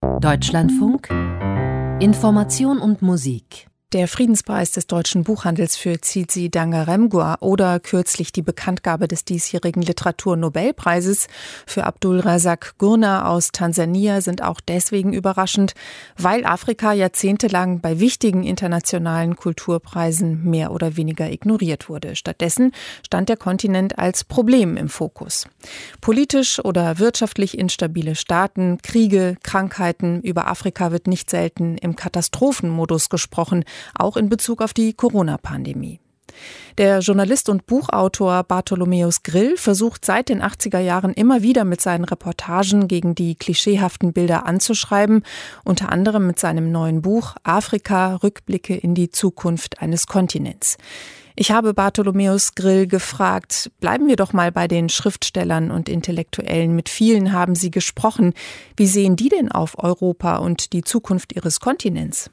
Deutschlandfunk Information und Musik. Der Friedenspreis des deutschen Buchhandels für Tsitsi Dangarembga oder kürzlich die Bekanntgabe des diesjährigen Literaturnobelpreises für Abdul Razak Gurna aus Tansania sind auch deswegen überraschend, weil Afrika jahrzehntelang bei wichtigen internationalen Kulturpreisen mehr oder weniger ignoriert wurde. Stattdessen stand der Kontinent als Problem im Fokus. Politisch oder wirtschaftlich instabile Staaten, Kriege, Krankheiten, über Afrika wird nicht selten im Katastrophenmodus gesprochen, auch in Bezug auf die Corona-Pandemie. Der Journalist und Buchautor Bartholomäus Grill versucht seit den 80er Jahren immer wieder mit seinen Reportagen gegen die klischeehaften Bilder anzuschreiben, unter anderem mit seinem neuen Buch Afrika – Rückblicke in die Zukunft eines Kontinents. Ich habe Bartholomäus Grill gefragt, bleiben wir doch mal bei den Schriftstellern und Intellektuellen. Mit vielen haben Sie gesprochen. Wie sehen die denn auf Europa und die Zukunft ihres Kontinents?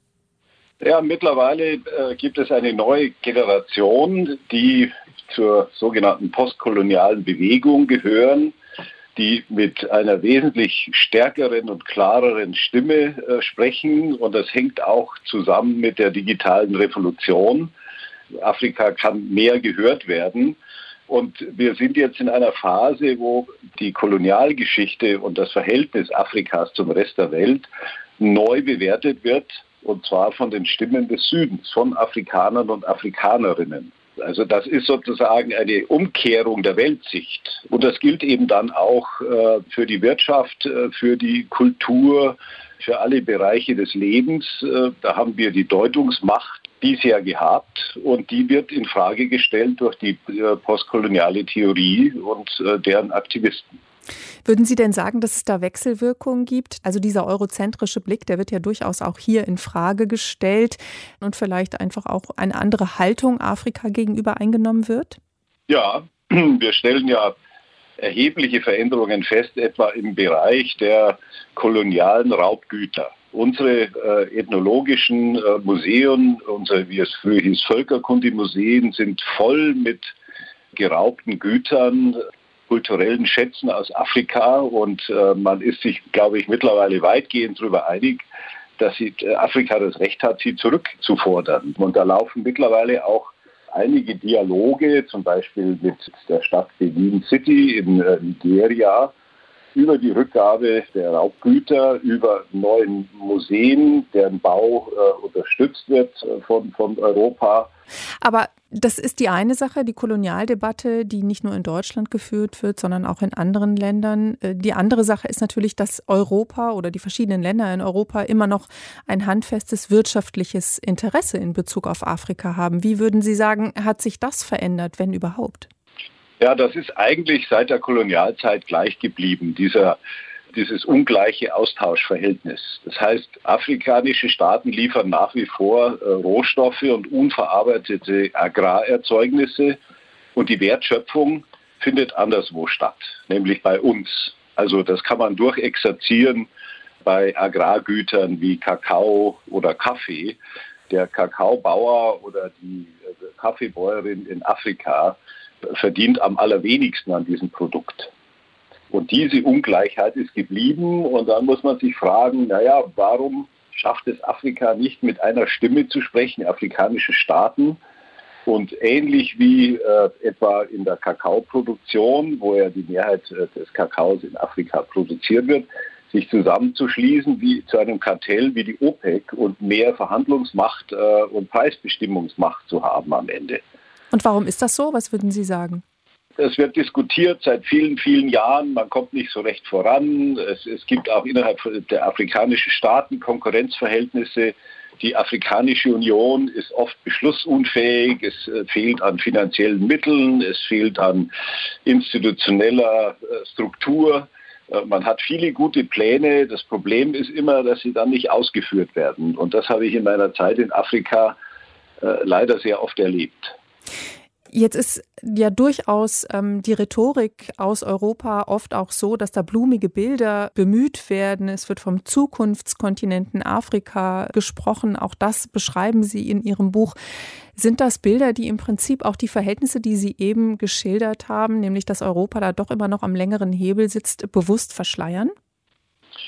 Ja, mittlerweile gibt es eine neue Generation, die zur sogenannten postkolonialen Bewegung gehören, die mit einer wesentlich stärkeren und klareren Stimme sprechen. Und das hängt auch zusammen mit der digitalen Revolution. Afrika kann mehr gehört werden. Und wir sind jetzt in einer Phase, wo die Kolonialgeschichte und das Verhältnis Afrikas zum Rest der Welt neu bewertet wird. Und zwar von den Stimmen des Südens, von Afrikanern und Afrikanerinnen. Also das ist sozusagen eine Umkehrung der Weltsicht. Und das gilt eben dann auch für die Wirtschaft, für die Kultur, für alle Bereiche des Lebens. Da haben wir die Deutungsmacht bisher gehabt und die wird in Frage gestellt durch die postkoloniale Theorie und deren Aktivisten. Würden Sie denn sagen, dass es da Wechselwirkungen gibt? Also dieser eurozentrische Blick, der wird ja durchaus auch hier in Frage gestellt und vielleicht einfach auch eine andere Haltung Afrika gegenüber eingenommen wird? Ja, wir stellen ja erhebliche Veränderungen fest, etwa im Bereich der kolonialen Raubgüter. Unsere ethnologischen Museen, unsere, wie es früher hieß, Völkerkundemuseen sind voll mit geraubten Gütern, kulturellen Schätzen aus Afrika und man ist sich, glaube ich, mittlerweile weitgehend darüber einig, dass Afrika das Recht hat, sie zurückzufordern. Und da laufen mittlerweile auch einige Dialoge, zum Beispiel mit der Stadt Benin City in Nigeria, über die Rückgabe der Raubgüter, über neuen Museen, deren Bau unterstützt wird von Europa. Aber das ist die eine Sache, die Kolonialdebatte, die nicht nur in Deutschland geführt wird, sondern auch in anderen Ländern. Die andere Sache ist natürlich, dass Europa oder die verschiedenen Länder in Europa immer noch ein handfestes wirtschaftliches Interesse in Bezug auf Afrika haben. Wie würden Sie sagen, hat sich das verändert, wenn überhaupt? Ja, das ist eigentlich seit der Kolonialzeit gleich geblieben, dieses ungleiche Austauschverhältnis. Das heißt, afrikanische Staaten liefern nach wie vor Rohstoffe und unverarbeitete Agrarerzeugnisse und die Wertschöpfung findet anderswo statt, nämlich bei uns. Also das kann man durchexerzieren bei Agrargütern wie Kakao oder Kaffee. Der Kakaobauer oder die Kaffeebäuerin in Afrika verdient am allerwenigsten an diesem Produkt. Und diese Ungleichheit ist geblieben und dann muss man sich fragen, warum schafft es Afrika nicht mit einer Stimme zu sprechen, afrikanische Staaten? Und ähnlich wie etwa in der Kakaoproduktion, wo ja die Mehrheit des Kakaos in Afrika produziert wird, sich zusammenzuschließen wie zu einem Kartell wie die OPEC und mehr Verhandlungsmacht und Preisbestimmungsmacht zu haben am Ende. Und warum ist das so? Was würden Sie sagen? Es wird diskutiert seit vielen, vielen Jahren. Man kommt nicht so recht voran. Es gibt auch innerhalb der afrikanischen Staaten Konkurrenzverhältnisse. Die Afrikanische Union ist oft beschlussunfähig. Es fehlt an finanziellen Mitteln. Es fehlt an institutioneller Struktur. Man hat viele gute Pläne. Das Problem ist immer, dass sie dann nicht ausgeführt werden. Und das habe ich in meiner Zeit in Afrika leider sehr oft erlebt. Jetzt ist ja durchaus die Rhetorik aus Europa oft auch so, dass da blumige Bilder bemüht werden. Es wird vom Zukunftskontinenten Afrika gesprochen. Auch das beschreiben Sie in Ihrem Buch. Sind das Bilder, die im Prinzip auch die Verhältnisse, die Sie eben geschildert haben, nämlich dass Europa da doch immer noch am längeren Hebel sitzt, bewusst verschleiern?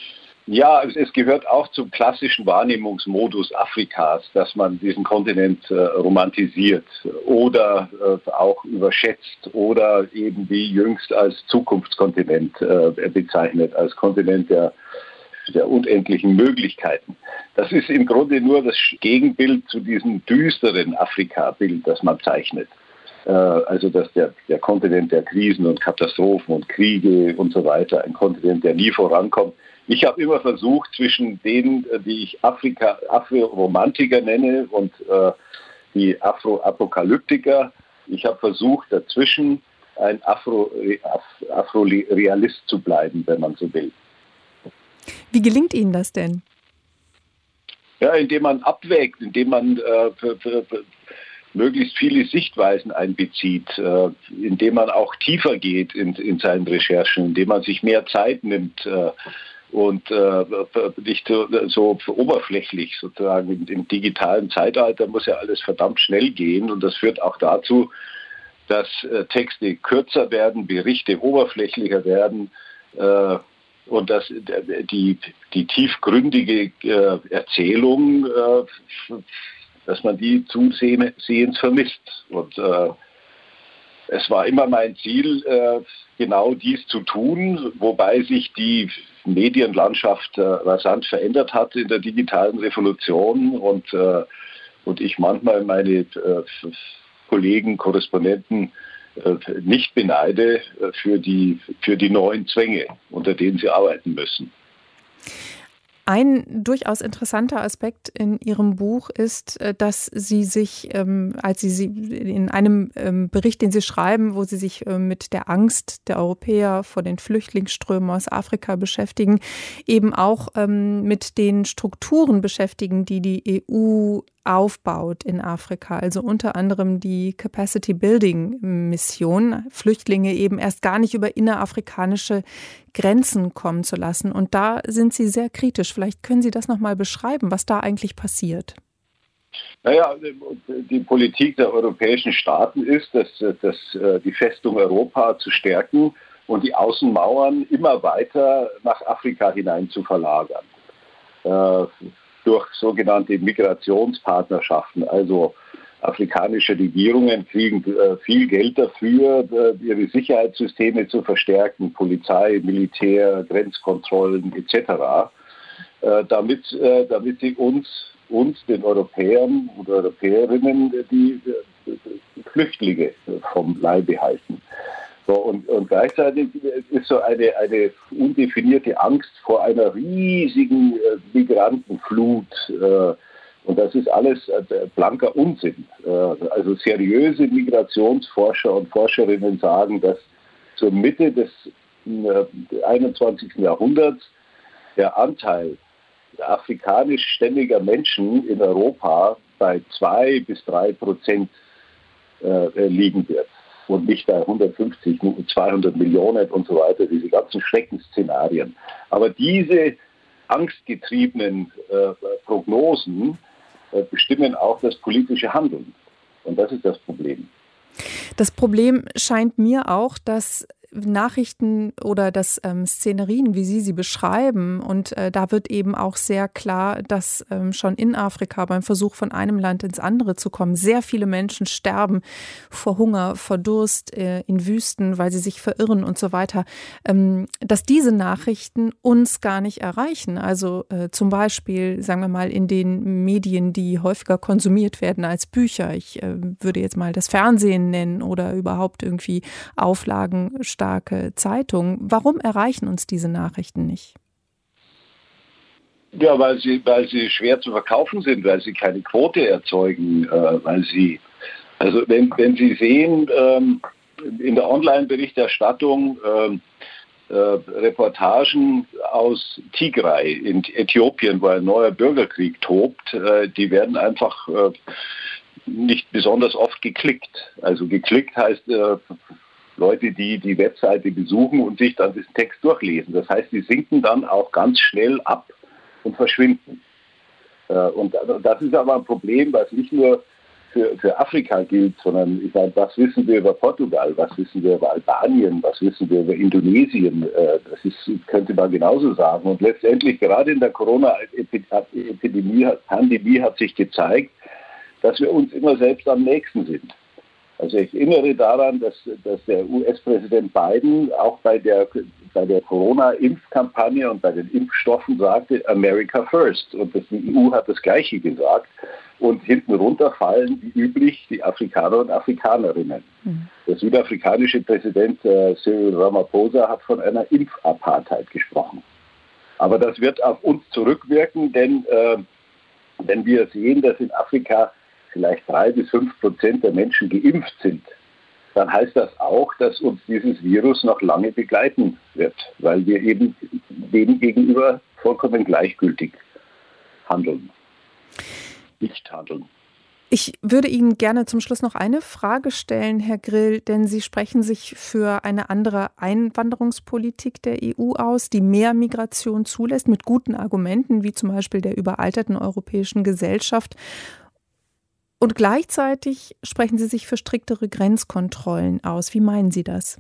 Ja, es gehört auch zum klassischen Wahrnehmungsmodus Afrikas, dass man diesen Kontinent romantisiert oder auch überschätzt oder eben wie jüngst als Zukunftskontinent bezeichnet, als Kontinent der unendlichen Möglichkeiten. Das ist im Grunde nur das Gegenbild zu diesem düsteren Afrika-Bild, das man zeichnet. Also dass der Kontinent der Krisen und Katastrophen und Kriege und so weiter, ein Kontinent, der nie vorankommt. Ich habe immer versucht, zwischen denen, die ich Afro-Romantiker nenne und die Afro-Apokalyptiker, ich habe versucht, dazwischen ein Afro-Realist zu bleiben, wenn man so will. Wie gelingt Ihnen das denn? Ja, indem man abwägt, indem man möglichst viele Sichtweisen einbezieht, indem man auch tiefer geht in seinen Recherchen, indem man sich mehr Zeit nimmt und nicht so oberflächlich sozusagen. Im digitalen Zeitalter muss ja alles verdammt schnell gehen und das führt auch dazu, dass Texte kürzer werden, Berichte oberflächlicher werden und dass die tiefgründige Erzählung, dass man die zusehends vermisst. Und es war immer mein Ziel, genau dies zu tun, wobei sich die Medienlandschaft rasant verändert hat in der digitalen Revolution und ich manchmal meine Kollegen, Korrespondenten nicht beneide für die neuen Zwänge, unter denen sie arbeiten müssen. Ein durchaus interessanter Aspekt in Ihrem Buch ist, dass Sie sich, als Sie in einem Bericht, den Sie schreiben, wo Sie sich mit der Angst der Europäer vor den Flüchtlingsströmen aus Afrika beschäftigen, eben auch mit den Strukturen beschäftigen, die die EU aufbaut in Afrika, also unter anderem die Capacity Building Mission, Flüchtlinge eben erst gar nicht über innerafrikanische Grenzen kommen zu lassen. Und da sind Sie sehr kritisch. Vielleicht können Sie das nochmal beschreiben, was da eigentlich passiert. Naja, die Politik der europäischen Staaten ist, die Festung Europa zu stärken und die Außenmauern immer weiter nach Afrika hinein zu verlagern. Durch sogenannte Migrationspartnerschaften. Also afrikanische Regierungen kriegen viel Geld dafür, ihre Sicherheitssysteme zu verstärken, Polizei, Militär, Grenzkontrollen etc., damit sie uns, den Europäern und Europäerinnen, die Flüchtlinge vom Leibe halten. So, und gleichzeitig ist so eine undefinierte Angst vor einer riesigen Migrantenflut. Und das ist alles blanker Unsinn. Also seriöse Migrationsforscher und Forscherinnen sagen, dass zur Mitte des 21. Jahrhunderts der Anteil afrikanischstämmiger Menschen in Europa bei 2-3% liegen wird. Und nicht bei 150, 200 Millionen und so weiter, diese ganzen Schreckensszenarien. Aber diese angstgetriebenen Prognosen bestimmen auch das politische Handeln. Und das ist das Problem. Das Problem scheint mir auch, dass Nachrichten oder dass Szenerien, wie Sie beschreiben, und da wird eben auch sehr klar, dass schon in Afrika beim Versuch von einem Land ins andere zu kommen, sehr viele Menschen sterben vor Hunger, vor Durst in Wüsten, weil sie sich verirren und so weiter, dass diese Nachrichten uns gar nicht erreichen. Also zum Beispiel, sagen wir mal, in den Medien, die häufiger konsumiert werden als Bücher. Ich würde jetzt mal das Fernsehen nennen oder überhaupt irgendwie auflagenstarke Zeitungen. Warum erreichen uns diese Nachrichten nicht? Ja, weil sie schwer zu verkaufen sind, weil sie keine Quote erzeugen, wenn Sie sehen, in der Online-Berichterstattung Reportagen aus Tigray in Äthiopien, wo ein neuer Bürgerkrieg tobt, die werden einfach nicht besonders oft geklickt. Also geklickt heißt Leute, die die Webseite besuchen und sich dann diesen Text durchlesen. Das heißt, die sinken dann auch ganz schnell ab und verschwinden. Und das ist aber ein Problem, was nicht nur für Afrika gilt, sondern ich meine, was wissen wir über Portugal, was wissen wir über Albanien, was wissen wir über Indonesien, könnte man genauso sagen. Und letztendlich gerade in der Pandemie hat sich gezeigt, dass wir uns immer selbst am nächsten sind. Also ich erinnere daran, dass der US-Präsident Biden auch bei der Corona-Impfkampagne und bei den Impfstoffen sagte, America first. Und die EU hat das Gleiche gesagt. Und hinten runter fallen, wie üblich, die Afrikaner und Afrikanerinnen. Der südafrikanische Präsident Cyril Ramaphosa hat von einer Impfapartheid gesprochen. Aber das wird auf uns zurückwirken, denn wenn wir sehen, dass in Afrika vielleicht 3-5% der Menschen geimpft sind, dann heißt das auch, dass uns dieses Virus noch lange begleiten wird, weil wir eben dem gegenüber vollkommen gleichgültig handeln. Nicht handeln. Ich würde Ihnen gerne zum Schluss noch eine Frage stellen, Herr Grill, denn Sie sprechen sich für eine andere Einwanderungspolitik der EU aus, die mehr Migration zulässt, mit guten Argumenten, wie zum Beispiel der überalterten europäischen Gesellschaft. Und gleichzeitig sprechen Sie sich für striktere Grenzkontrollen aus. Wie meinen Sie das?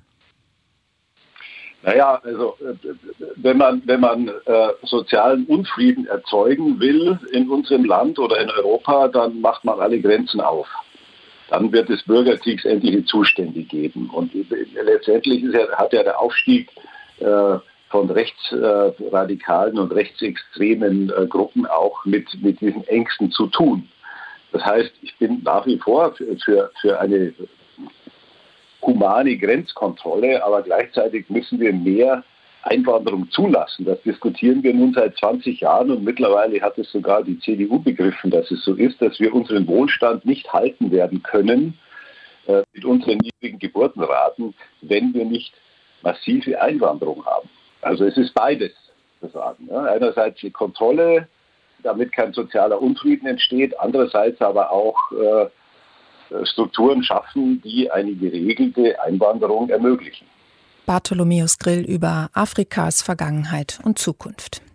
Naja, also wenn man sozialen Unfrieden erzeugen will in unserem Land oder in Europa, dann macht man alle Grenzen auf. Dann wird es bürgerkriegsendliche Zustände geben. Und letztendlich hat ja der Aufstieg von rechtsradikalen und rechtsextremen Gruppen auch mit diesen Ängsten zu tun. Das heißt, ich bin nach wie vor für eine humane Grenzkontrolle, aber gleichzeitig müssen wir mehr Einwanderung zulassen. Das diskutieren wir nun seit 20 Jahren und mittlerweile hat es sogar die CDU begriffen, dass es so ist, dass wir unseren Wohlstand nicht halten werden können mit unseren niedrigen Geburtenraten, wenn wir nicht massive Einwanderung haben. Also es ist beides zu sagen. Ja. Einerseits die Kontrolle, damit kein sozialer Unfrieden entsteht, andererseits aber auch Strukturen schaffen, die eine geregelte Einwanderung ermöglichen. Bartholomäus Grill über Afrikas Vergangenheit und Zukunft.